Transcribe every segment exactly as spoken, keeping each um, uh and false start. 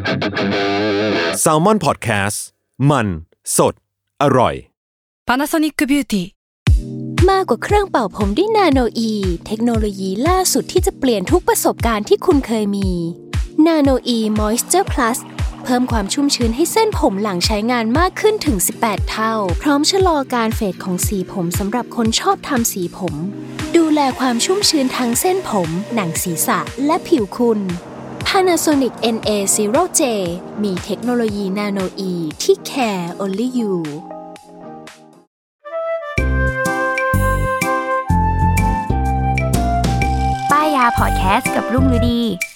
Salmon Podcast มันสดอร่อย Panasonic Beauty มากกว่าเครื่องเป่าผมด้วยนาโนอีเทคโนโลยีล่าสุดที่จะเปลี่ยนทุกประสบการณ์ที่คุณเคยมีนาโนอีมอยส์เจอร์พลัสเพิ่มความชุ่มชื้นให้เส้นผมหลังใช้งานมากขึ้นถึงสิบแปดเท่าพร้อมชะลอการเฟดของสีผมสำหรับคนชอบทำสีผมดูแลความชุ่มชื้นทั้งเส้นผมหนังศีรษะและผิวคุณ Panasonic เอ็น เอ ศูนย์ เจ มีเทคโนโลยีนาโนอีที่ care only you ป้ายยาพอดแคสต์กับรุ่งฤดี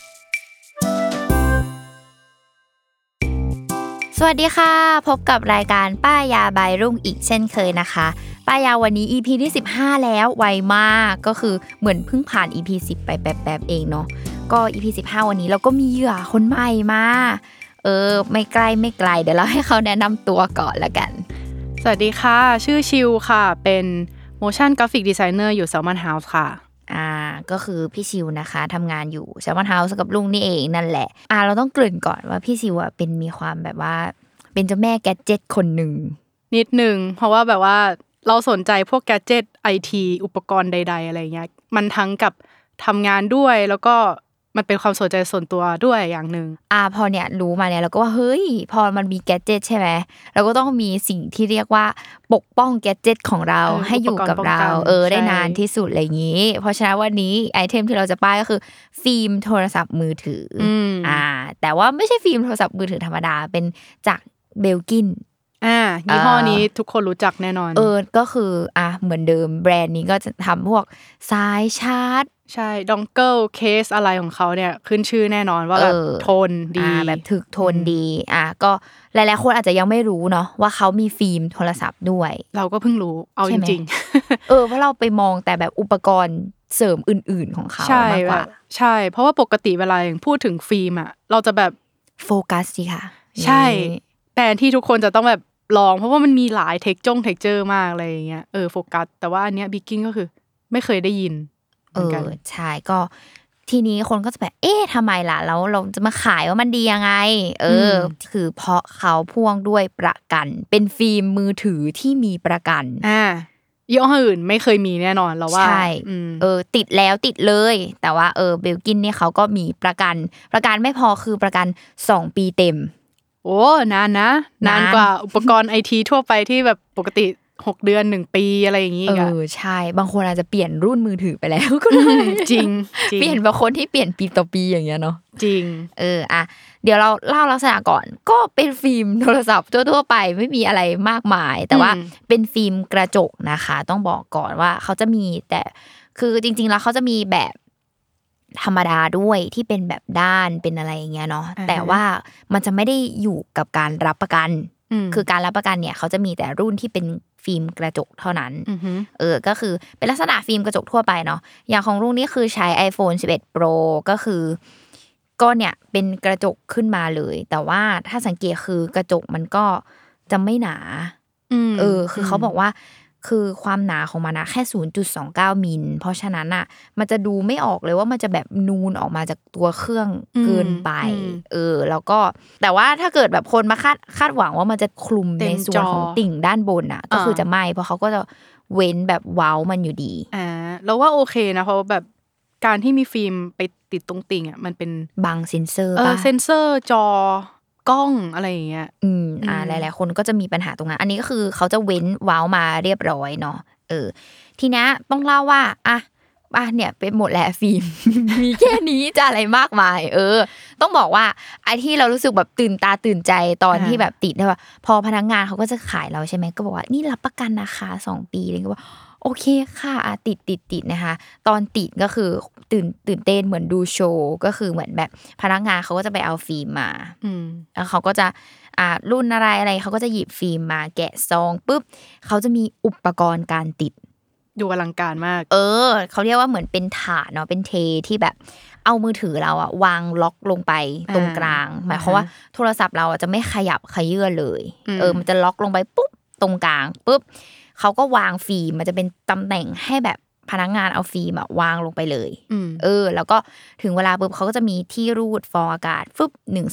สวัสดีค่ะพบกับรายการป้ายยาบายรุ่งอีกเช่นเคยนะคะป้ายยาวันนี้ อี พี ที่สิบห้าแล้วไวมากก็คือเหมือนเพิ่งผ่าน อี พี สิบไปแป๊บๆเองเนาะก็ อี พี สิบห้าวันนี้เราก็มีเหยื่อคนใหม่มาเออไม่ใกล้ไม่ไกลเดี๋ยวเราให้เขาแนะนำตัวก่อนละกันสวัสดีค่ะชื่อชิวค่ะเป็น motion graphic designer อยู่ Salmon House ค่ะอ่าก็คือพี่ชิวนะคะทำงานอยู่ Salmon House กับลุงนี่เองนั่นแหละอ่าเราต้องเกริ่นก่อนว่าพี่ชิวอ่ะเป็นมีความแบบว่าเป็นเจ้าแม่แกดเจ็ตคนหนึ่งนิดนึงเพราะว่าแบบว่าเราสนใจพวกแกดเจ็ต ไอ ที อุปกรณ์ใดๆอะไรเงี้ยมันทั้งกับทำงานด้วยแล้วก็มันเป็นความสนใจส่วนตัวด้วยอย่างนึงอ่าพอเนี่ยรู้มาเนี่ยเราก็ว่าเฮ้ยพอมันมีแกดเจ็ตใช่ไหมเราก็ต้องมีสิ่งที่เรียกว่าปกป้องแกดเจ็ตของเราให้อยู่กับเราเออได้นานที่สุดอะไรอย่างนี้เพราะฉะนั้นวันนี้ไอเทมที่เราจะป้ายก็คือฟิล์มโทรศัพท์มือถืออ่าแต่ว่าไม่ใช่ฟิล์มโทรศัพท์มือถือธรรมดาเป็นจากเบลกินอ่ายี่ห้อนี้ทุกคนรู้จักแน่นอนเออก็คืออ่ะเหมือนเดิมแบรนด์นี้ก็จะทำพวกสายชาร์จใช่ดองเกิลเคสอะไรของเขาเนี่ยขึ้นชื่อแน่นอนว่าแบบโทนดีแบบถึกโทนดีอ่ะก็หลายๆคนอาจจะยังไม่รู้เนาะว่าเขามีฟิล์มโทรศัพท์ด้วยเราก็เพิ่งรู้เอาจริงๆเออเพราะเราไปมองแต่แบบอุปกรณ์เสริมอื่นๆของเขามากกว่าใช่เพราะว่าปกติเวลาอย่างพูดถึงฟิล์มอ่ะเราจะแบบโฟกัสสิค่ะใช่แต่ที่ทุกคนจะต้องแบบลองเพราะว่ามันมีหลายเทคจ้งเทคเจอร์มากอะไรอย่างเงี้ยเออโฟกัสแต่ว่าอันเนี้ยบิ๊กกิ้งก็คือไม่เคยได้ยินเออใช่ก็ทีนี้คนก็จะแบบเอ๊ะทำไมล่ะแล้วเราจะมาขายว่ามันดียังไงเออคือเพราะเขาพ่วงด้วยประกันเป็นฟิล์มมือถือที่มีประกันอ่ายี่ห้ออื่นไม่เคยมีแน่นอนเราว่าใช่เออติดแล้วติดเลยแต่ว่าเออเบลกินเนี่ยเขาก็มีประกันประกันไม่พอคือประกันสองปีเต็มโอ้นานนะนานกว่าอุปกรณ์ ไอ ที ทั่วไปที่แบบปกติหกเดือนหนึ่งปีอะไรอย่างงี้อ่ะเออใช่บางคนอาจจะเปลี่ยนรุ่นมือถือไปแล้วก็ได้จริงเปลี่ยนบางคนที่เปลี่ยนปีต่อปีอย่างเงี้ยเนาะจริงเอออ่ะเดี๋ยวเราเล่าลักษณะก่อนก็เป็นฟิล์มโทรศัพท์ทั่วๆไปไม่มีอะไรมากมายแต่ว่าเป็นฟิล์มกระจกนะคะต้องบอกก่อนว่าเขาจะมีแต่คือจริงๆแล้วเขาจะมีแบบธรรมดาด้วยที่เป็นแบบด้านเป็นอะไรอย่างเงี้ยเนาะแต่ว่ามันจะไม่ได้อยู่กับการรับประกันคือการรับประกันเนี่ยเขาจะมีแต่รุ่นที่เป็นฟิล์มกระจกเท่านั้นเออก็คือเป็นลักษณะฟิล์มกระจกทั่วไปเนาะอย่างของรุ่นนี้คือใช้ iPhone สิบเอ็ด Pro ก็คือก็เนี่ยเป็นกระจกขึ้นมาเลยแต่ว่าถ้าสังเกตคือกระจกมันก็จะไม่หนาเออคือเขาบอกว่าคือความหนาของมันนะแค่ ศูนย์จุดสองเก้า มิลเพราะฉะนั้นอ่ะมันจะดูไม่ออกเลยว่ามันจะแบบนูนออกมาจากตัวเครื่องเกินไปเออแล้วก็แต่ว่าถ้าเกิดแบบคนมาคาดคาดหวังว่ามันจะคลุมในส่วนของติ่งด้านบนอ่ะก็คือจะไม่เพราะเขาก็จะเว้นแบบเว้ามันอยู่ดีอ่าแล้วว่าโอเคนะเพราะแบบการที่มีฟิล์มไปติดตรงติ่งอ่ะมันเป็นบังเซ็นเซอร์ป่ะเออเซ็นเซอร์จอกล้องอะไรอย่างเงี้ยอืมอ่าหลายๆคนก็จะมีปัญหาตรงนั้นอันนี้ก็คือเขาจะเว้นเว้ามาเรียบร้อยเนาะเออทีนี้ต้องเล่าว่าอ่ะอ่ะเนี่ยเป็นหมดแหละฟิล์ม มีแค่นี้จะอะไรมากมายเออต้องบอกว่าไอ้ที่เรารู้สึกแบบตื่นตาตื่นใจตอนที่แบบติดได้ว่าพอพนักงานเขาก็จะขายเราใช่ไหมก็บอกว่านี่รับประกันนะคะสองปีอะไรก็ว่าโอเคค่ะติดติดติดนะคะตอนติดก็คือตื่นตื่นเต้นเหมือนดูโชว์ก็คือเหมือนแบบพนักงานเขาก็จะไปเอาฟิล์มมาแล้วเขาก็จะอ่ารุ่นอะไรอะไรเขาก็จะหยิบฟิล์มมาแกะซองปุ๊บเขาจะมีอุปกรณ์การติดดูอลังการมากเออเขาเรียกว่าเหมือนเป็นถาดเนาะเป็นเทที่แบบเอามือถือเราอะวางล็อกลงไปตรงกลางหมายความว่าโทรศัพท์เราจะไม่ขยับขยื่นเลยเออมันจะล็อกลงไปปุ๊บตรงกลางปุ๊บเขาก็วางฟิล์มมันจะเป็นตำแหน่งให้แบบพนักงานเอาฟิล์มอะวางลงไปเลยเออแล้วก็ถึงเวลาปุ๊บเขาก็จะมีที่รูดฟองอากาศฟึบหนึ่งสเต็ป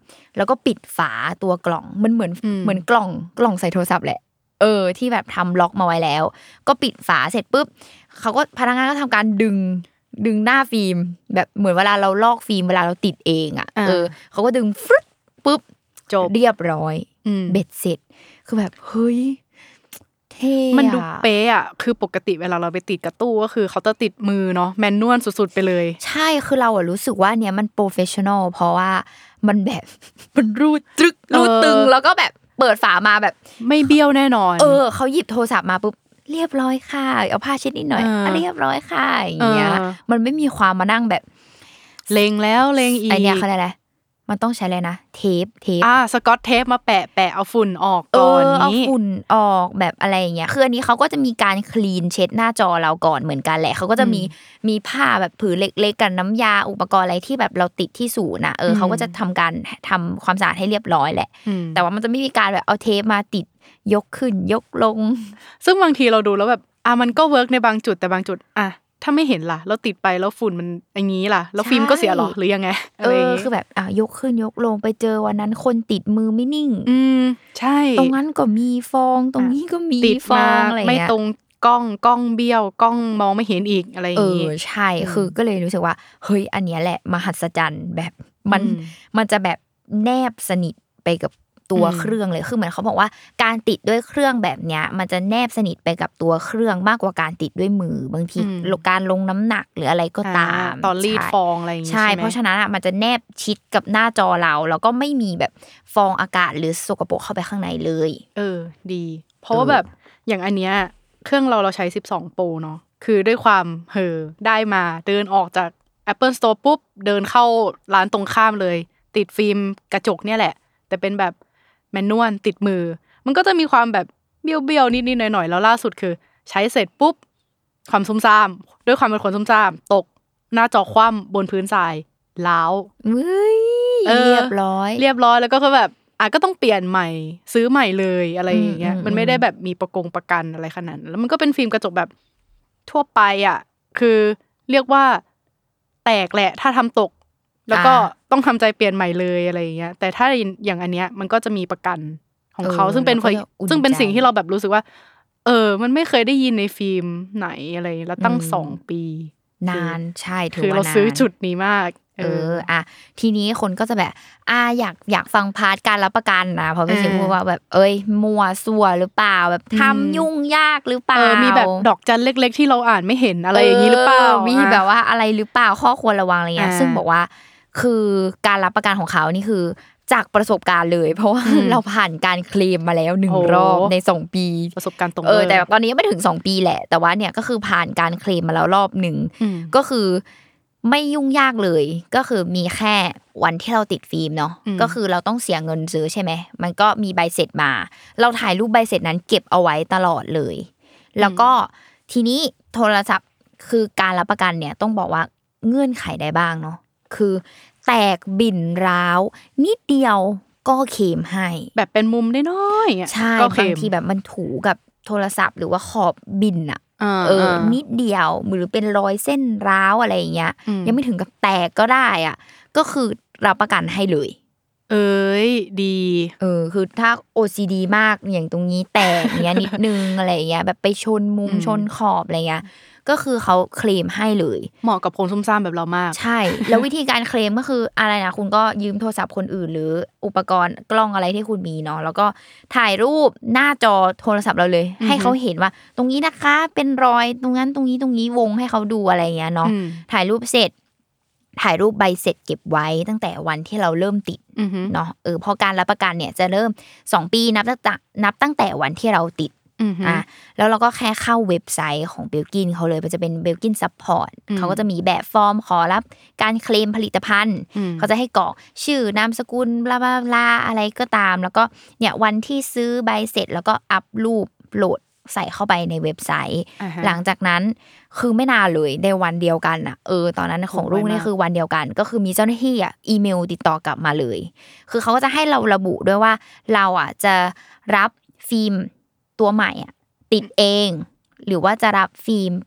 แล้วก็ปิดฝาตัวกล่องมันเหมือนเหมือนกล่องกล่องใส่โทรศัพท์แหละเออที่แบบทำล็อกมาไว้แล้วก็ปิดฝาเสร็จปุ๊บเขาก็พนักงานก็ทำการดึงดึงหน้าฟิล์มแบบเหมือนเวลาเราลอกฟิล์มเวลาเราติดเองอ่ะเออเขาก็ดึงฟึ๊บปุ๊บจบเรียบร้อยเบ็ดเสร็จคือแบบเฮ้ยเท่มันดูเป๊ะอ่ะคือปกติเวลาเราไปติดกับตู้ก็คือเขาจะติดมือเนาะแมนนวลสุดๆไปเลยใช่คือเราอ่ะรู้สึกว่าเนี้ยมันโปรเฟสชั่นอลเพราะว่ามันแบบมันรูดตรึกรูดตึงแล้วก็แบบเปิดฝามาแบบไม่เบี้ยวแน่นอนเออเขาหยิบโทรศัพท์มาปุ๊บเรียบร้อยค่ะเอาผ้าเช็ดนิดหน่อยเรียบร้อยค่ะอย่างเงี้ยมันไม่มีความมานั่งแบบเลงแล้วเลงอีกไอเนี้ยเขาเรียกอะไรมันต้องใช้อะไรนะเทปเทปอ่าสกอตเทปมาแปะแปะเอาฝุ่นออกก่อนนี้เอาฝุ่นออกแบบอะไรอย่างเงี้ยคืออันนี้เขาก็จะมีการคลีนเช็ดหน้าจอเราก่อนเหมือนกันแหละเขาก็จะมีมีผ้าแบบผืนเล็กๆกันน้ำยาอุปกรณ์อะไรที่แบบเราติดที่ศูนย์น่ะเออเขาก็จะทำการทำความสะอาดให้เรียบร้อยแหละแต่ว่ามันจะไม่มีการแบบเอาเทปมาติดยกขึ้นยกลงซึ่งบางทีเราดูแล้วแบบอ่ะมันก็เวิร์กในบางจุดแต่บางจุดอ่ะถ้าไม่เห็นล่ะแล้วติดไปแล้วฝุ่นมันอย่างงี้ล่ะแล้วฟิล์มก็เสียหรอหรือยังไงเออคือแบบอ่ะยกขึ้นยกลงไปเจอวันนั้นคนติดมือไม่นิ่งอืมใช่ตรงนั้นก็มีฟองตรงนี้ก็มีฟองอะไรเงี้ยไม่ตรงกล้องกล้องเบี้ยวกล้องมองไม่เห็นอีกอะไรอย่างงี้เออใช่คือก็เลยรู้สึกว่าเฮ้ยอันเนี้ยแหละมหัศจรรย์แบบมันมันจะแบบแนบสนิทไปกับตัวเครื่องเลยคือเหมือนเขาบอกว่าการติดด้วยเครื่องแบบเนี้ยมันจะแนบสนิทไปกับตัวเครื่องมากกว่าการติดด้วยมือบางทีการลงน้ำหนักหรืออะไรก็ตามตอนรีดฟองอะไรอย่างงี้ใช่เพราะฉะนั้นอ่ะมันจะแนบชิดกับหน้าจอเราแล้วก็ไม่มีแบบฟองอากาศหรือสกปรกเข้าไปข้างในเลยเออดีเพราะว่าแบบอย่างอันเนี้ยเครื่องเราเราใช้สิบสอง Pro เนาะคือด้วยความเห่อได้มาเดินออกจาก Apple Store ปุ๊บเดินเข้าร้านตรงข้ามเลยติดฟิล์มกระจกเนี่ยแหละแต่เป็นแบบแมนนวลติดมือมันก็จะมีความแบบเบี้ยวๆนิดๆหน่อยๆแล้วล่าสุดคือใช้เสร็จปุ๊บความซุ่มซ่ามด้วยความเป็นคนซุ่มซ่ามตกหน้าจอคว่ำบนพื้นทรายล้าวเฮ้ยเรียบร้อยเรียบร้อยแล้วก็คือแบบอ่ะก็ต้องเปลี่ยนใหม่ซื้อใหม่เลยอะไรอย่างเงี้ยมันไม่ได้แบบมีประกงประกันอะไรขนาดนั้นแล้วมันก็เป็นฟิล์มกระจกแบบทั่วไปอ่ะคือเรียกว่าแตกแหละถ้าทำตกแล้วก็ต้องทำใจเปลี่ยนใหม่เลยอะไรอย่างเงี้ยแต่ถ้าอย่างอันเนี้ยมันก็จะมีประกันของเขาซึ่งเป็นซึ่งเป็นสิ่งที่เราแบบรู้สึกว่าเออมันไม่เคยได้ยินในฟิล์มไหนอะไรแล้วตั้งสองปีนานใช่ถือว่าคือเราซื้อจุดนี้มากเอออ่ะทีนี้คนก็จะแบบอ่าอยากอยากฟังพาร์ทการรับประกันนะเพราะพี่สิพูดว่าแบบเอ้ยมั่วซั่วหรือเปล่าแบบทำยุ่งยากหรือเปล่ามีแบบดอกจันเล็กๆที่เราอ่านไม่เห็นอะไรอย่างนี้หรือเปล่ามีแบบว่าอะไรหรือเปล่าข้อควรระวังอะไรเงี้ยซึ่งบอกว่าคือการรับประกันของเขานี่คือจากประสบการณ์เลยเพราะว่าเราผ่านการเคลมมาแล้วหนึ่งรอบในสองปีประสบการณ์ตรงเออแต่ตอนนี้ไม่ถึงสองปีแหละแต่ว่าเนี่ยก็คือผ่านการเคลมมาแล้วรอบนึงก็คือไม่ยุ่งยากเลยก็คือมีแค่วันที่เราติดฟิล์มเนาะก็คือเราต้องเสียเงินซื้อใช่ไหมมันก็มีใบเสร็จมาเราถ่ายรูปใบเสร็จนั้นเก็บเอาไว้ตลอดเลยแล้วก็ทีนี้โทรศัพท์คือการรับประกันเนี่ยต้องบอกว่าเงื่อนไขใดบ้างเนาะคือแตกบิ่นร้าวนิดเดียวก็เคลมให้แบบเป็นมุมน้อยๆใช่บางทีแบบมันถูกับโทรศัพท์หรือว่าขอบบิ่นอ่ะเออนิดเดียวหรือเป็นรอยเส้นร้าวอะไรอย่างเงี้ยยังไม่ถึงกับแตกก็ได้อ่ะก็คือรับประกันให้เลยเอ้ยดีเออคือถ้า โอ ซี ดี มากอย่างตรงนี้แตกเงี้ยนิดนึงอะไรอย่างเงี้ยแบบไปชนมุมชนขอบอะไรเงี้ยก็คือเขาเคลมให้เลยเหมาะกับคนซุ่มซ่ามแบบเรามากใช่แล้ววิธีการเคลมก็คืออะไรนะคุณก็ยืมโทรศัพท์คนอื่นหรืออุปกรณ์กล้องอะไรที่คุณมีเนาะแล้วก็ถ่ายรูปหน้าจอโทรศัพท์เราเลยให้เขาเห็นว่าตรงนี้นะคะเป็นรอยตรงนั้นตรงนี้ตรงนี้วงให้เขาดูอะไรเงี้ยเนาะถ่ายรูปเสร็จถ่ายรูปใบเสร็จเก็บไว้ตั้งแต่วันที่เราเริ่มติดเนาะเออพอการรับประกันเนี่ยจะเริ่มสองปีนับตั้งนับตั้งแต่วันที่เราติดอ่ะแล้วเราก็แค่เข้าเว็บไซต์ของเบลกินเขาเลยมันจะเป็นเบลกินซัพพอร์ตเขาก็จะมีแบบฟอร์มขอรับการเคลมผลิตภัณฑ์เขาจะให้กรอกชื่อนามสกุลบลาบลาบลาอะไรก็ตามแล้วก็เนี่ยวันที่ซื้อใบเสร็จแล้วก็อัพรูปโหลดใส่เข้าไปในเว็บไซต์หลังจากนั้นคือไม่นานเลยในวันเดียวกันอ่ะเออตอนนั้นของรุ่งนี่คือวันเดียวกันก็คือมีเจ้าหน้าที่อ่ะอีเมลติดต่อกลับมาเลยคือเขาก็จะให้เราระบุด้วยว่าเราอ่ะจะรับฟิล์มตัวใหม่อ่ะติดเองหรือว่าจะรับฟิล์ม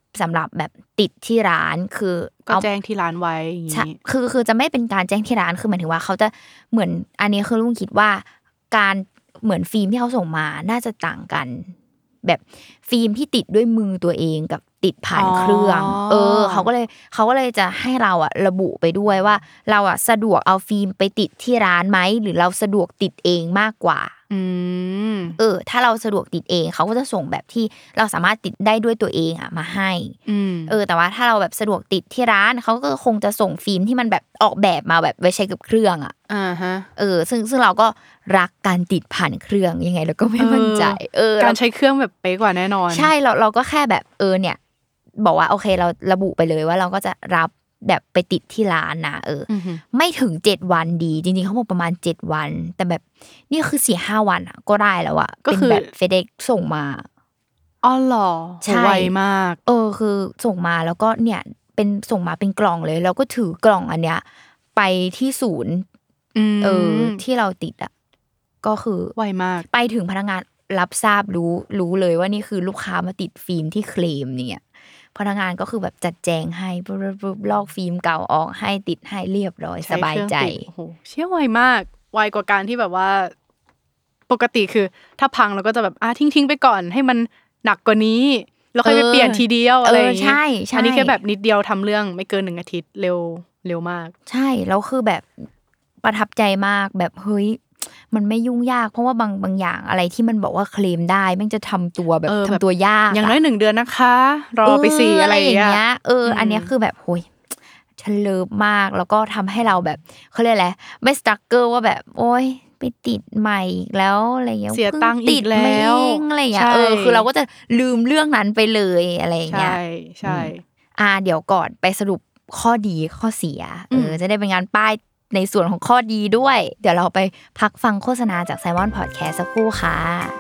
สำหรับแบบติดที่ร้านคือก็แจ้งที่ร้านไว้อย่างงี้คือคือจะไม่เป็นการแจ้งที่ร้านคือหมายถึงว่าเขาจะเหมือนอันนี้คือลุงคิดว่าการเหมือนฟิล์มที่เขาส่งมาน่าจะต่างกันแบบฟิล์มที่ติดด้วยมือตัวเองกับติดผ่านเครื่องเออเขาก็เลยเขาก็เลยจะให้เราอะระบุไปด้วยว่าเราอะสะดวกเอาฟิล์มไปติดที่ร้านไหมหรือเราสะดวกติดเองมากกว่าอืมเออถ้าเราสะดวกติดเองเขาก็จะส่งแบบที่เราสามารถติดได้ด้วยตัวเองอะมาให้เออแต่ว่าถ้าเราแบบสะดวกติดที่ร้านเขาก็คงจะส่งฟิล์มที่มันแบบออกแบบมาแบบไว้ใช้กับเครื่องอะอ่าฮะเออซึ่งซึ่งเราก็รักการติดผ่านเครื่องยังไงเราก็ไม่มั่นใจเออการใช้เครื่องแบบเป๊ะกว่าแน่นอนใช่เราเราก็แค่แบบเออเนี่ยบอกว่าโอเคเราระบุไปเลยว่าเราก็จะรับแบบไปติดที่ร้านนะเออไม่ถึงเจ็ดวันดีจริงๆเขาบอกประมาณเจ็ดวันแต่แบบนี่คือ สี่ห้า วันอ่ะก็ได้แล้วอ่ะเป็นแบบ FedEx ส่งมาอ๋อเหรอไวมากเออคือส่งมาแล้วก็เนี่ยเป็นส่งมาเป็นกล่องเลยแล้วก็ถือกล่องอันเนี้ยไปที่ศูนย์เออที่เราติดอ่ะก็คือไวมากไปถึงพนักงานรับทราบรู้รู้เลยว่านี่คือลูกค้ามาติดฟิล์มที่เคลมเนี่ยพนักงานก็คือแบบจัดแจงให้ปุ๊บๆลอกฟิล์มเก่าออกให้ติดให้เรียบร้อยสบายใจโอ้โหเชี่ยไวมากไวกว่าการที่แบบว่าปกติคือถ้าพังเราก็จะแบบอ่ะทิ้งๆไปก่อนให้มันหนักกว่านี้แล้วค่อยไปเปลี่ยนทีเดียวอะไรอย่างเงี้ยใช่ๆอันนี้แค่แบบนิดเดียวทำเรื่องไม่เกินหนึ่งอาทิตย์เร็วเร็วมากใช่แล้วคือแบบประทับใจมากแบบเฮ้ยมันไม่ยุ่งยากเพราะว่าบางบางอย่างอะไรที่มันบอกว่าเคลมได้แม่งจะทำตัวแบบทำตัวยากอย่างน้อยหนึ่งเดือนนะคะรอไปสี่อะไรอย่างเงี้ยเอออันนี้คือแบบโหยฉันเลิฟมากแล้วก็ทำให้เราแบบเขาเรียกอะไรไม่สตรักเกอร์ว่าแบบโอ๊ยไปติดใหม่แล้วอะไรเงี้ยเสียตังค์อีกแล้วอะไรเงี้ยเออคือเราก็จะลืมเรื่องนั้นไปเลยอะไรเงี้ยใช่ใช่อ่าเดี๋ยวก่อนไปสรุปข้อดีข้อเสียเออจะได้เป็นงานป้ายในส่วนของข้อดีด้วยเดี๋ยวเราไปพักฟังโฆษณาจาก Simon Podcast สักครู่ค่ะ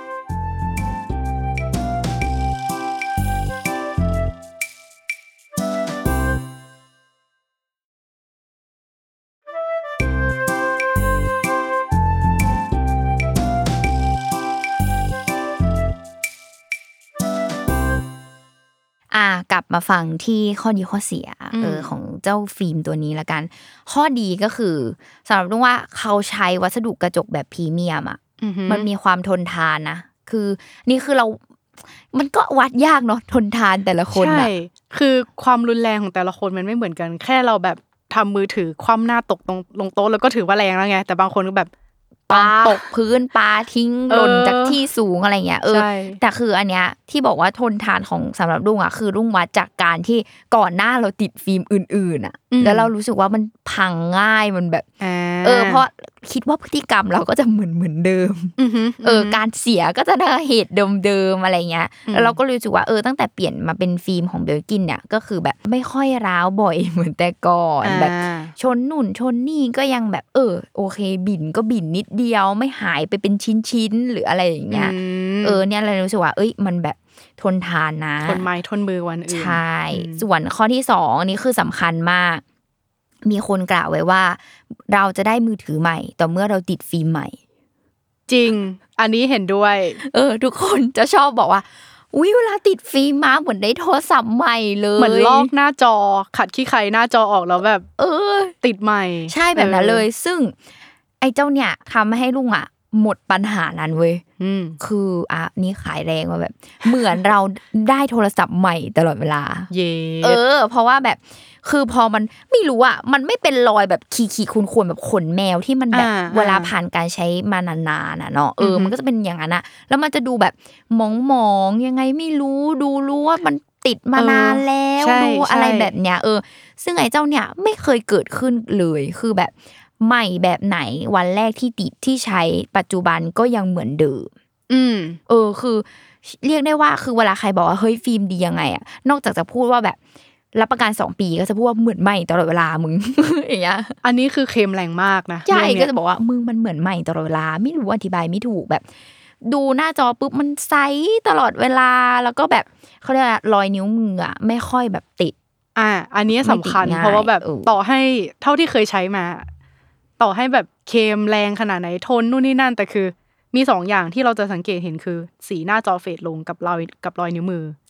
อ่ากลับมาฟังที่ข้อดีข้อเสียเออของเจ้าฟิล์มตัวนี้ละกันข้อดีก็คือสำหรับลุงว่าเขาใช้วัสดุกระจกแบบพรีเมียมอ่ะมันมีความทนทานนะคือนี่คือเรามันก็วัดยากเนาะทนทานแต่ละคนอ่ะใช่คือความรุนแรงของแต่ละคนมันไม่เหมือนกันแค่เราแบบทำมือถือคว่ำหน้าตกตรงลงโต๊ะแล้วก็ถือว่าแรงแล้วไงแต่บางคนก็แบบปาตกพื้นปลาทิ้งหล่นจากที่สูงอะไรเงี้ยเออแต่คืออันเนี้ยที่บอกว่าทนทานของสำหรับรุ่งอ่ะคือรุ่งวัดจากการที่ก่อนหน้าเราติดฟิล์มอื่นๆอ่ะแล้วเรารู้สึกว่ามันพังง่ายมันแบบเออเพราะคิดว่าพฤติกรรมเราก็จะเหมือนเหมือนเดิมเออการเสียก็จะได้เหตุเดิมๆอะไรเงี้ยแล้วเราก็รู้สึกว่าเออตั้งแต่เปลี่ยนมาเป็นฟิล์มของเบลกินเนี่ยก็คือแบบไม่ค่อยร้าวบ่อยเหมือนแต่ก่อนแบบชนนู่นชนนี่ก็ยังแบบเออโอเคบิ่นก็บิ่นนิดเดียวไม่หายไปเป็นชิ้นๆหรืออะไรอย่างเงี้ยเออเนี่ยเรารู้สึกว่าเอ้ยมันแบบทนทานนะทนไม้ทนมือวันอื่นใช่ส่วนข้อที่สองนี่คือสำคัญมากมีคนกล่าวไว้ว่าเราจะได้มือถือใหม่ต่อเมื่อเราติดฟิล์มใหม่จริงอันนี้เห็นด้วยเออทุกคนจะชอบบอกว่าอุ๊ยเวลาติดฟิล์มมาเหมือนได้โทรศัพท์ใหม่เลยเหมือนลอกหน้าจอขัดขี้ใครหน้าจอออกแล้วแบบเออติดใหม่ใช่แบบนั้นเลยซึ่งไอ้เจ้าเนี่ยทำให้ลุงอ่ะหมดปัญหานั้นเว้ยคืออ่ะนี่ขายแรงว่าแบบเหมือนเราได้โทรศัพท์ใหม่ตลอดเวลาเย่เออเพราะว่าแบบคือพอมันไม่รู้อ่ะมันไม่เป็นรอยแบบขีๆคุนๆแบบขนแมวที่มันแบบเวลาผ่านการใช้มานานๆน่ะเนาะเออมันก็จะเป็นอย่างนั้นน่ะแล้วมันจะดูแบบมองๆยังไงไม่รู้ดูรู้ว่ามันติดมานานแล้วดูอะไรแบบเนี้ยเออซึ่งไอ้เจ้าเนี่ยไม่เคยเกิดขึ้นเลยคือแบบใหม่แบบไหนวันแรกที่ติดที่ใช้ปัจจุบันก็ยังเหมือนเดิมอืมเออคือเรียกได้ว่าคือเวลาใครบอกว่าเฮ้ยฟิล์มดียังไงอ่ะนอกจากจะพูดว่าแบบรับประกันสองปีก็จะพูดว่าเหมือนใหม่ตลอดเวลามึงอย่างเงี้ยอันนี้คือเคลมแรงมากนะใช่ก็จะบอกว่ามึงมันเหมือนใหม่ตลอดเวลาไม่รู้อธิบายไม่ถูกแบบดูหน้าจอปุ๊บมันใสตลอดเวลาแล้วก็แบบเขาเรียกว่ารอยนิ้วมืออ่ะไม่ค่อยแบบติดอ่าอันนี้สำคัญเพราะว่าแบบต่อให้เท่าที่เคยใช้มาต่อให้แบบเคลมแรงขนาดไหนทนนู่นนี่นั่นแต่คือมีสองอย่างที่เราจะสังเกตเห็นคือสีหน้าจอเฟดลงกับรอยกับรอยนิ้วมือ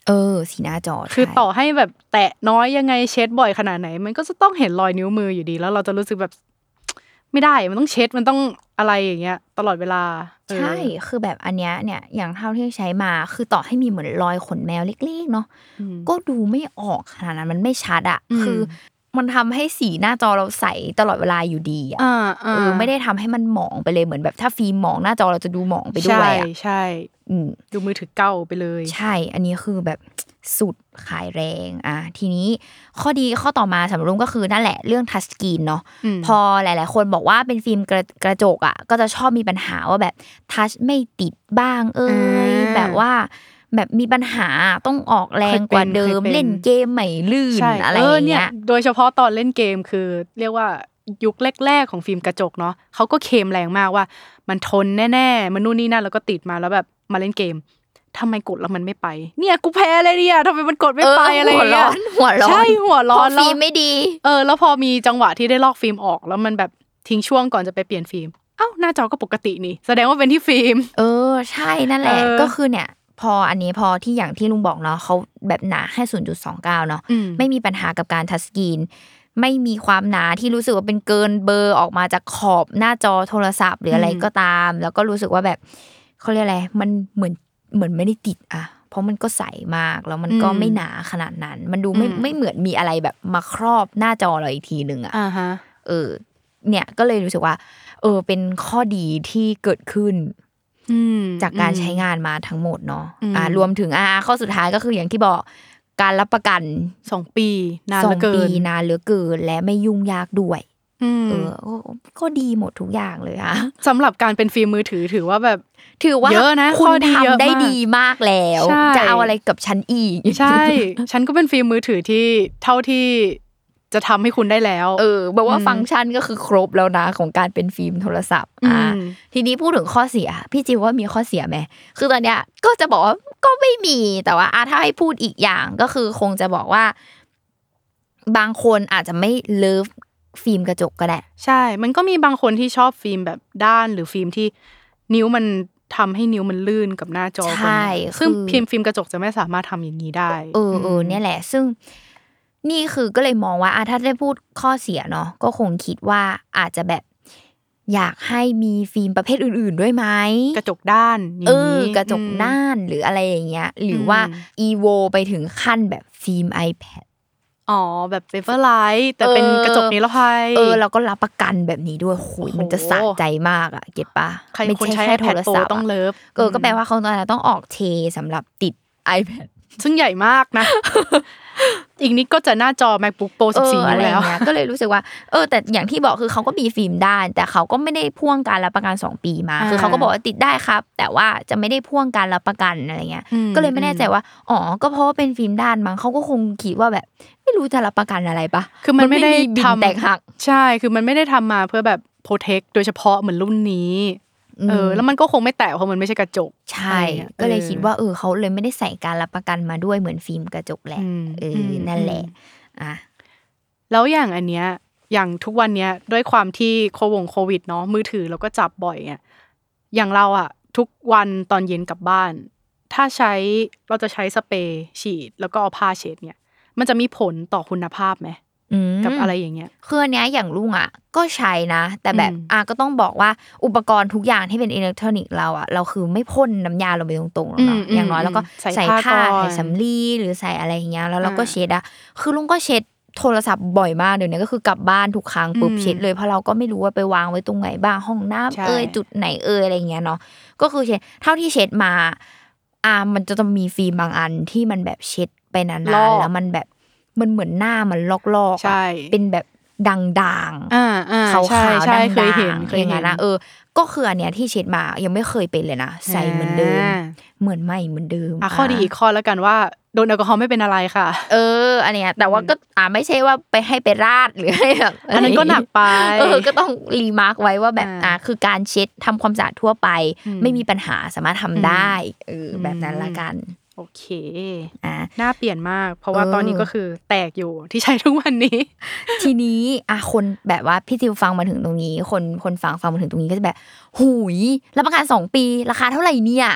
เออสีหน้าจอคือต่อให้แบบแตะน้อยยังไงเช็ดบ่อยขนาดไหนมันก็จะต้องเห็นรอยนิ้วมืออยู่ดีแล้วเราจะรู้สึกแบบไม่ได้มันต้องเช็ดมันต้องอะไรอย่างเงี้ยตลอดเวลาใช่คือแบบอันเนี้ยเนี่ยอย่างเท่าที่ใช้มาคือต่อให้มีเหมือนรอยขนแมวเล็กๆเนาะก็ดูไม่ออกขนาดนั้นมันไม่ชัดอะคือมันทำให้สีหน้าจอเราใสตลอดเวลาอยู่ดีอ่ะเออไม่ได้ทำให้มันหมองไปเลยเหมือนแบบถ้าฟิล์มหมองหน้าจอเราจะดูหมองไปด้วยอ่ะใช่ดูมือถือเก่าไปเลยใช่อันนี้คือแบบสุดขายแรงอ่ะทีนี้ข้อดีข้อต่อมาสำหรับรุ่งก็คือนั่นแหละเรื่องทัชสกรีนเนาะพอหลายๆคนบอกว่าเป็นฟิล์มกระกระจกอ่ะก็จะชอบมีปัญหาว่าแบบทัชไม่ติดบ้างเอ้ยแบบว่าแบบมีปัญหาต้องออกแรงกว่าเดิมเล่นเกมไม่ลื่นอะไรอย่างเงี้ยโดยเฉพาะตอนเล่นเกมคือเรียกว่ายุคแรกๆของฟิล์มกระจกเนาะเขาก็เคลมแรงมากว่ามันทนแน่ๆมันนู่นนี่นั่นแล้วก็ติดมาแล้วแบบมาเล่นเกมทำไมกดแล้วมันไม่ไปเนี่ยกูแพ้เลยเนี่ยทำไมมันกดไม่ไปอะไรอย่างเงี้ยหัวร้อนใช่หัวร้อนฟิล์มไม่ดีเออแล้วพอมีจังหวะที่ได้ลอกฟิล์มออกแล้วมันแบบทิ้งช่วงก่อนจะไปเปลี่ยนฟิล์มเอ้าหน้าจอก็ปกตินี่แสดงว่าเป็นที่ฟิล์มเออใช่นั่นแหละก็คือเนี่ยพออันนี้พอที่อย่างที่ลุงบอกเนาะเขาแบบหนาแค่ ศูนย์จุดสองเก้า เนาะไม่มีปัญหากับการทัชสกรีนไม่มีความหนาที่รู้สึกว่าเป็นเกินเบอร์ออกมาจากขอบหน้าจอโทรศัพท์หรืออะไรก็ตามแล้วก็รู้สึกว่าแบบเขาเรียกอะไรมันเหมือนเหมือนไม่ได้ติดอะเพราะมันก็ใสมากแล้วมันก็ไม่หนาขนาดนั้นมันดูไม่ไม่เหมือนมีอะไรแบบมาครอบหน้าจอเราอีกทีนึงอะเออเนี่ยก็เลยรู้สึกว่าเออเป็นข้อดีที่เกิดขึ้นจากการใช้งานมาทั้งหมดเนาะอ่ารวมถึงอ่าข้อสุดท้ายก็คืออย่างที่บอกการรับประกันสองปีนานเหลือเกินสองปีนานเหลือเกินและไม่ยุ่งยากด้วยเออก็ดีหมดทุกอย่างเลยค่ะสำหรับการเป็นฟิล์มมือถือถือว่าแบบถือว่าเยอะนะคุณทำได้ดีมากแล้วจะเอาอะไรกับฉันอีกใช่ฉันก็เป็นฟิล์มมือถือที่เท่าที่จะทำให้คุณได้แล้วเออบอกว่าฟังก์ชันก็คือครบแล้วนะของการเป็นฟิล์มโทรศัพท์อ่าทีนี้พูดถึงข้อเสียพี่จิวว่ามีข้อเสียไหมคือตอนเนี้ยก็จะบอกว่าก็ไม่มีแต่ว่าอ่ะถ้าให้พูดอีกอย่างก็คือคงจะบอกว่าบางคนอาจจะไม่เลิฟฟิล์มกระจกก็ได้ใช่มันก็มีบางคนที่ชอบฟิล์มแบบด้านหรือฟิล์มที่นิ้วมันทำให้นิ้วมันลื่นกับหน้าจอใช่ซึ่งฟิล์มฟิล์มกระจกจะไม่สามารถทำอย่างนี้ได้เออเออเนี่ยแหละซึ่งนี่คือก็เลยมองว่าถ้าได้พูดข้อเสียเนาะก็คงคิดว่าอาจจะแบบอยากให้มีฟิล์มประเภทอื่นๆด้วยไหมกระจกด้านเออกระจกด้านหรืออะไรอย่างเงี้ยหรือว่าอีโวไปถึงขั้นแบบฟิล์ม iPad อ๋อแบบเปเปอร์ไลท์แต่เป็นกระจกนิรภัยเออเราก็รับประกันแบบนี้ด้วยโหยมันจะสะใจมากอ่ะเก็ทป่ะไม่ใช่แค่โทรศัพท์ต้องเลิฟเออก็แปลว่าเขาต้องออกเทสำหรับติด iPad ซึ่งใหญ่มากนะอีกนิดก็จะหน้าจอ MacBook Pro สิบสี่นิ้วแล้วก็เลยรู้สึกว่าเออแต่อย่างที่บอกคือเขาก็มีฟิล์มด้านแต่เขาก็ไม่ได้พ่วงการรับประกันสองปีมาคือเขาก็บอกว่าติดได้ครับแต่ว่าจะไม่ได้พ่วงการรับประกันอะไรเงี้ยก็เลยไม่แน่ใจว่าอ๋อก็เพราะว่าเป็นฟิล์มด้านมั้งเขาก็คงคิดว่าแบบไม่รู้จะรับประกันอะไรปะคือมันไม่ได้ทำแตกหักใช่คือมันไม่ได้ทำมาเพื่อแบบโปรเทคโดยเฉพาะเหมือนรุ่นนี้เออแล้วมันก็คงไม่แตกเพราะมันไม่ใช่กระจกใช่ก็เลยคิดว่าเออเขาเลยไม่ได้ใส่การรับประกันมาด้วยเหมือนฟิล์มกระจกแหละเออนั่นแหละอ่ะแล้วอย่างอันเนี้ยอย่างทุกวันเนี้ยด้วยความที่โควงโควิดเนาะมือถือเราก็จับบ่อยอ่ะอย่างเราอ่ะทุกวันตอนเย็นกลับบ้านถ้าใช้เราจะใช้สเปรย์ฉีดแล้วก็เอาผ้าเช็ดเนี่ยมันจะมีผลต่อคุณภาพไหมกับอะไรอย่างเงี้ยคืออันเนี้ยอย่างลุงอ่ะก็ใช้นะแต่แบบอ่ะก็ต้องบอกว่าอุปกรณ์ทุกอย่างที่เป็นอิเล็กทรอนิกส์เราอ่ะเราคือไม่พ่นน้ำยาลงไปตรงๆหรอกเนาะอย่างน้อยแล้วก็ใส่ผ้าใส่สำลีหรือใส่อะไรอย่างเงี้ยแล้วเราก็เช็ดอ่ะคือลุงก็เช็ดโทรศัพท์บ่อยมากเดี๋ยวนี้ก็คือกลับบ้านทุกครั้งปุ๊บเช็ดเลยเพราะเราก็ไม่รู้ว่าไปวางไว้ตรงไหนบ้างห้องน้ำเอ่ยจุดไหนเอ่ยอะไรอย่างเงี้ยเนาะก็คือเช็ดเท่าที่เช็ดมาอ่ะมันจะต้องมีฟิล์มบางอันที่มันแบบเช็ดไปนานๆแล้วมันแบบมันเหมือนหน้ามันลอกๆเป็นแบบด่างๆขาวๆด่างๆเคยเห็นเคยเห็นนะเออก็คืออันเนี้ยที่เช็ดมายังไม่เคยเป็นเลยนะใสเหมือนเดิมเหมือนใหม่เหมือนเดิมอ่ะข้อดีอีกข้อแล้วกันว่าโดนแอลกอฮอล์ไม่เป็นอะไรค่ะเอออันเนี้ยแต่ว่าก็อ่ะไม่ใช่ว่าไปให้ไปราดหรือให้แบบอันนั้นก็หนักไปเออก็ต้องรีมาร์คไว้ว่าแบบอ่ะคือการเช็ดทำความสะอาดทั่วไปไม่มีปัญหาสามารถทำได้เออแบบนั้นละกันโอเคอ่ะน่าเปลี่ยนมากเพราะว่าตอนนี้ก็คือแตกอยู่ที่ใช้ทุกวันนี้ทีนี้อ่ะคนแบบว่าพี่จิวฟังมาถึงตรงนี้คนคนฟังฟังมาถึงตรงนี้ก็จะแบบหูยรับประกันสองปีราคาเท่าไหร่เนี่ย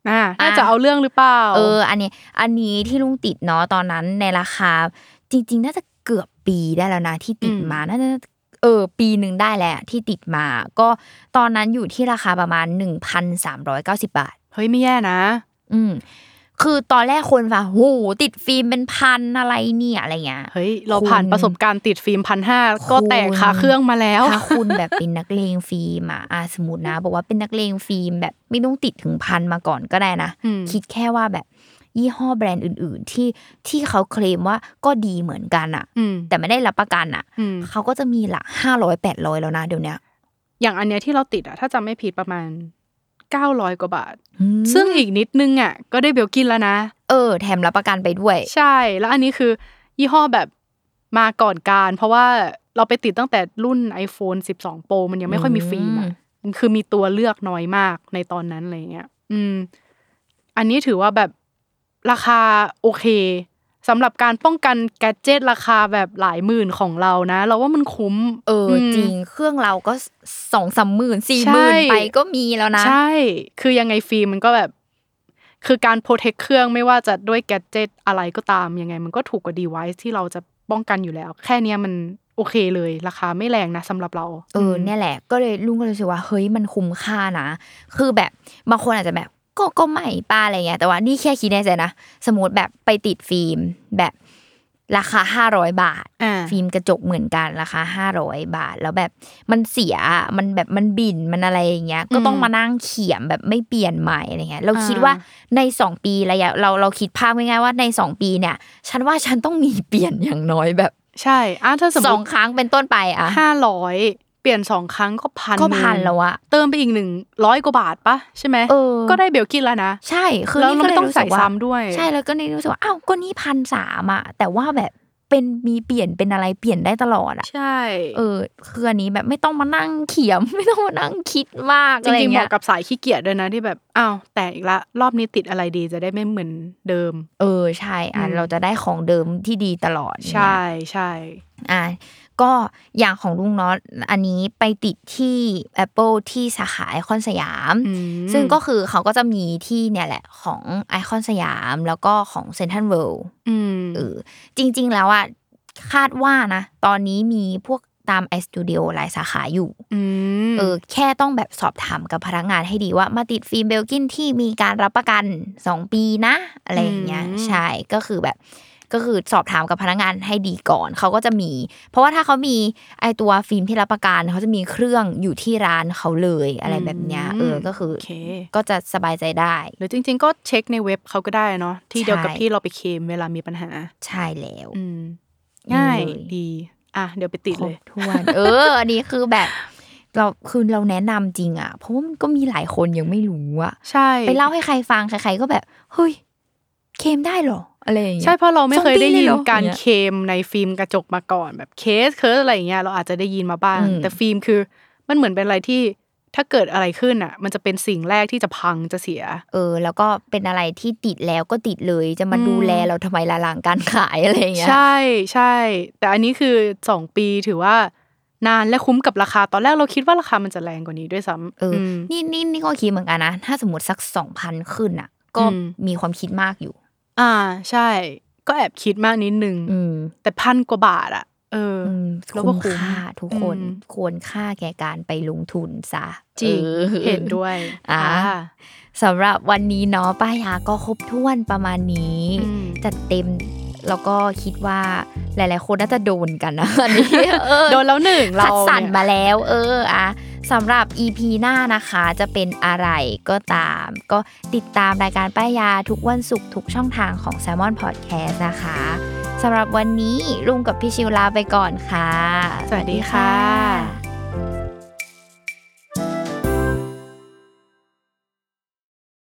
อ่าน่าจะเอาเรื่องหรือเปล่าเอออันนี้อันนี้ที่ลุงติดเนาะตอนนั้นในราคาจริงๆน่าจะเกือบปีได้แล้วนะที่ติดมาน่าจะเออปีนึงได้แหละที่ติดมาก็ตอนนั้นอยู่ที่ราคาประมาณ หนึ่งพันสามร้อยเก้าสิบ บาทเฮ้ยไม่แย่นะอืมคือตอนแรกคนฟังโหติดฟิล์มเป็นพันอะไรเนี่ยอะไรเงี้ยเฮ้ยเราผ่านประสบการณ์ติดฟิล์ม หนึ่งพันห้าร้อย ก็แตกคาเครื่องมาแล้วถ้าคุณแบบเป็นนักเลงฟิล์มอ่ะอ่ะสมมุตินะบอกว่าเป็นนักเลงฟิล์มแบบไม่ต้องติดถึงพันมาก่อนก็ได้นะคิดแค่ว่าแบบยี่ห้อแบรนด์อื่นๆที่ที่เขาเคลมว่าก็ดีเหมือนกันอ่ะแต่ไม่ได้รับประกันอ่ะเขาก็จะมีหลักห้าร้อย แปดร้อยแล้วนะเดี๋ยวนี้อย่างอันเนี้ยที่เราติดอ่ะถ้าจำไม่ผิดประมาณเก้าร้อยกว่าบาทซึ่งอีกนิดนึงอ่ะก็ได้เบลกินแล้วนะเออแถมรับประกันไปด้วยใช่แล้วอันนี้คือยี่ห้อแบบมาก่อนการเพราะว่าเราไปติดตั้งแต่รุ่น iPhone สิบสอง Pro มันยังไม่ค่อยมีฟิล์มอ่ะมันคือมีตัวเลือกน้อยมากในตอนนั้นอะไรเงี้ยอืมอันนี้ถือว่าแบบราคาโอเคสำหรับการป้องกันแกดเจ็ตราคาแบบหลายหมื่นของเรานะเราว่ามันคุ้มเออจริงเครื่องเราก็ สองสามหมื่น สี่หมื่น ไปก็มีแล้วนะใช่คือยังไงฟิล์มมันก็แบบคือการโปรเทคเครื่องไม่ว่าจะด้วยแกดเจ็ตอะไรก็ตามยังไงมันก็ถูกกว่า device ที่เราจะป้องกันอยู่แล้วแค่เนี้ยมันโอเคเลยราคาไม่แรงนะสำหรับเราเออเนี่ยแหละก็เลยลุงก็เลยรู้สึกว่าเฮ้ยมันคุ้มค่านะคือแบบบางคนอาจจะแบบก็ก็ไม่ป้าอะไรเงี้ยแต่ว่านี่แค่คิดในใจนะสมมติแบบไปติดฟิล์มแบบราคาห้าร้อยบาทฟิล์มกระจกเหมือนกันราคาห้าร้อยบาทแล้วแบบมันเสียมันแบบมันบิ่นมันอะไรอย่างเงี้ยก็ต้องมานั่งเขียมแบบไม่เปลี่ยนใหม่อะไรเงี้ยเราคิดว่าในสองปีระยะเราเราคิดภาพง่ายๆว่าในสองปีเนี่ยฉันว่าฉันต้องมีเปลี่ยนอย่างน้อยแบบใช่อ่ะถ้าสมมุติสองครั้งเป็นต้นไปอ่ะห้าร้อยเปลี่ยนสองครั้งก็พันก็พันแล้วอะเติมไปอีกหนึ่งร้อยกว่าบาทปะใช่ไหมก็ได้เบลกินแล้วนะใช่คือนี่ก็เลยต้องใส่ซ้ำด้วยใช่แล้วก็นี่รู้สึกว่าอ้าวก็นี่พันสามอะแต่ว่าแบบเป็นมีเปลี่ยนเป็นอะไรเปลี่ยนได้ตลอดอะใช่เออคืออันนี้แบบไม่ต้องมานั่งเขียมไม่ต้องมานั่งคิดมากจริงๆเหมาะกับสายขี้เกียจด้วยนะที่แบบอ้าวแต่อีกละรอบนี้ติดอะไรดีจะได้ไม่เหมือนเดิมเออใช่อ่ะเราจะได้ของเดิมที่ดีตลอดใช่ใช่อ่ะก็อย่างของลุงเนาะอันนี้ไปติดที่ Apple ที่สาขาไอคอนสยามซึ่งก็คือเขาก็จะมีที่เนี่ยแหละของไอคอนสยามแล้วก็ของเซ็นทรัลเวิลด์เออจริงๆแล้วอ่ะคาดว่านะตอนนี้มีพวกตาม iStudio หลายสาขาอยู่เออแค่ต้องแบบสอบถามกับพนักงานให้ดีว่ามาติดฟิล์มเบลกินที่มีการรับประกันสองปีนะอะไรอย่างเงี้ยใช่ก็คือแบบก็คือสอบถามกับพนักงานให้ดีก่อนเขาก็จะมีเพราะว่าถ้าเขามีไอตัวฟิล์มที่รับประกันเขาจะมีเครื่องอยู่ที่ร้านเขาเลยอะไรแบบเนี้ยเออก็คือก็จะสบายใจได้หรือจริงๆก็เช็คในเว็บเขาก็ได้เนาะที่เดียวกับที่เราไปเคลมเวลามีปัญหาใช่แล้วง่ายดีอ่ะเดี๋ยวไปติดเลยทวนเอออันนี้คือแบบเราคือเราแนะนำจริงอ่ะเพราะว่ามันก็มีหลายคนยังไม่รู้อ่ะใช่ไปเล่าให้ใครฟังใครๆก็แบบเฮ้ยเคลมได้หรออะไรอย่างเงี้ยใช่เพราะเราไม่เคยได้ยินการเคลมในฟิล์มกระจกมาก่อนแบบเคสเคิร์สอะไรอย่างเงี้ยเราอาจจะได้ยินมาบ้างแต่ฟิล์มคือมันเหมือนเป็นอะไรที่ถ้าเกิดอะไรขึ้นอ่ะมันจะเป็นสิ่งแรกที่จะพังจะเสียเออแล้วก็เป็นอะไรที่ติดแล้วก็ติดเลยจะมาดูแลเราทำไมละหลังการขายอะไรอย่างเงี้ยใช่ใช่แต่อันนี้คือสองปีถือว่านานและคุ้มกับราคาตอนแรกเราคิดว่าราคามันจะแรงกว่านี้ด้วยซ้ำเออนี่นี่นี่ก็คิดเหมือนกันนะถ้าสมมติสัก สองพัน ขึ้นอ่ะก็มีความคิดมากอยู่อ่าใช่ก็แอบคิดมากนิดนึงแต่พันกว่าบาทอ่ะเออแล้วก็คุ้มค่าทุกคนควรค่าแก่การไปลงทุนซะจริงเห็นด้วยอ่าสำหรับวันนี้เนาะป้ายาก็ครบถ้วนประมาณนี้จัดเต็มแล้วก็คิดว่าหลายๆคนน่าจะโดนกันนะอันนี้โดนแล้วหนึ่งเราสั่นมาแล้วเอออ่ะสำหรับ อี พี หน้านะคะจะเป็นอะไรก็ตามก็ติดตามรายการป้ายาทุกวันศุกร์ทุกช่องทางของ Salmon Podcast นะคะสำหรับวันนี้ลุงกับพี่ชิวลาไปก่อนค่ะสวัสดีค่ะ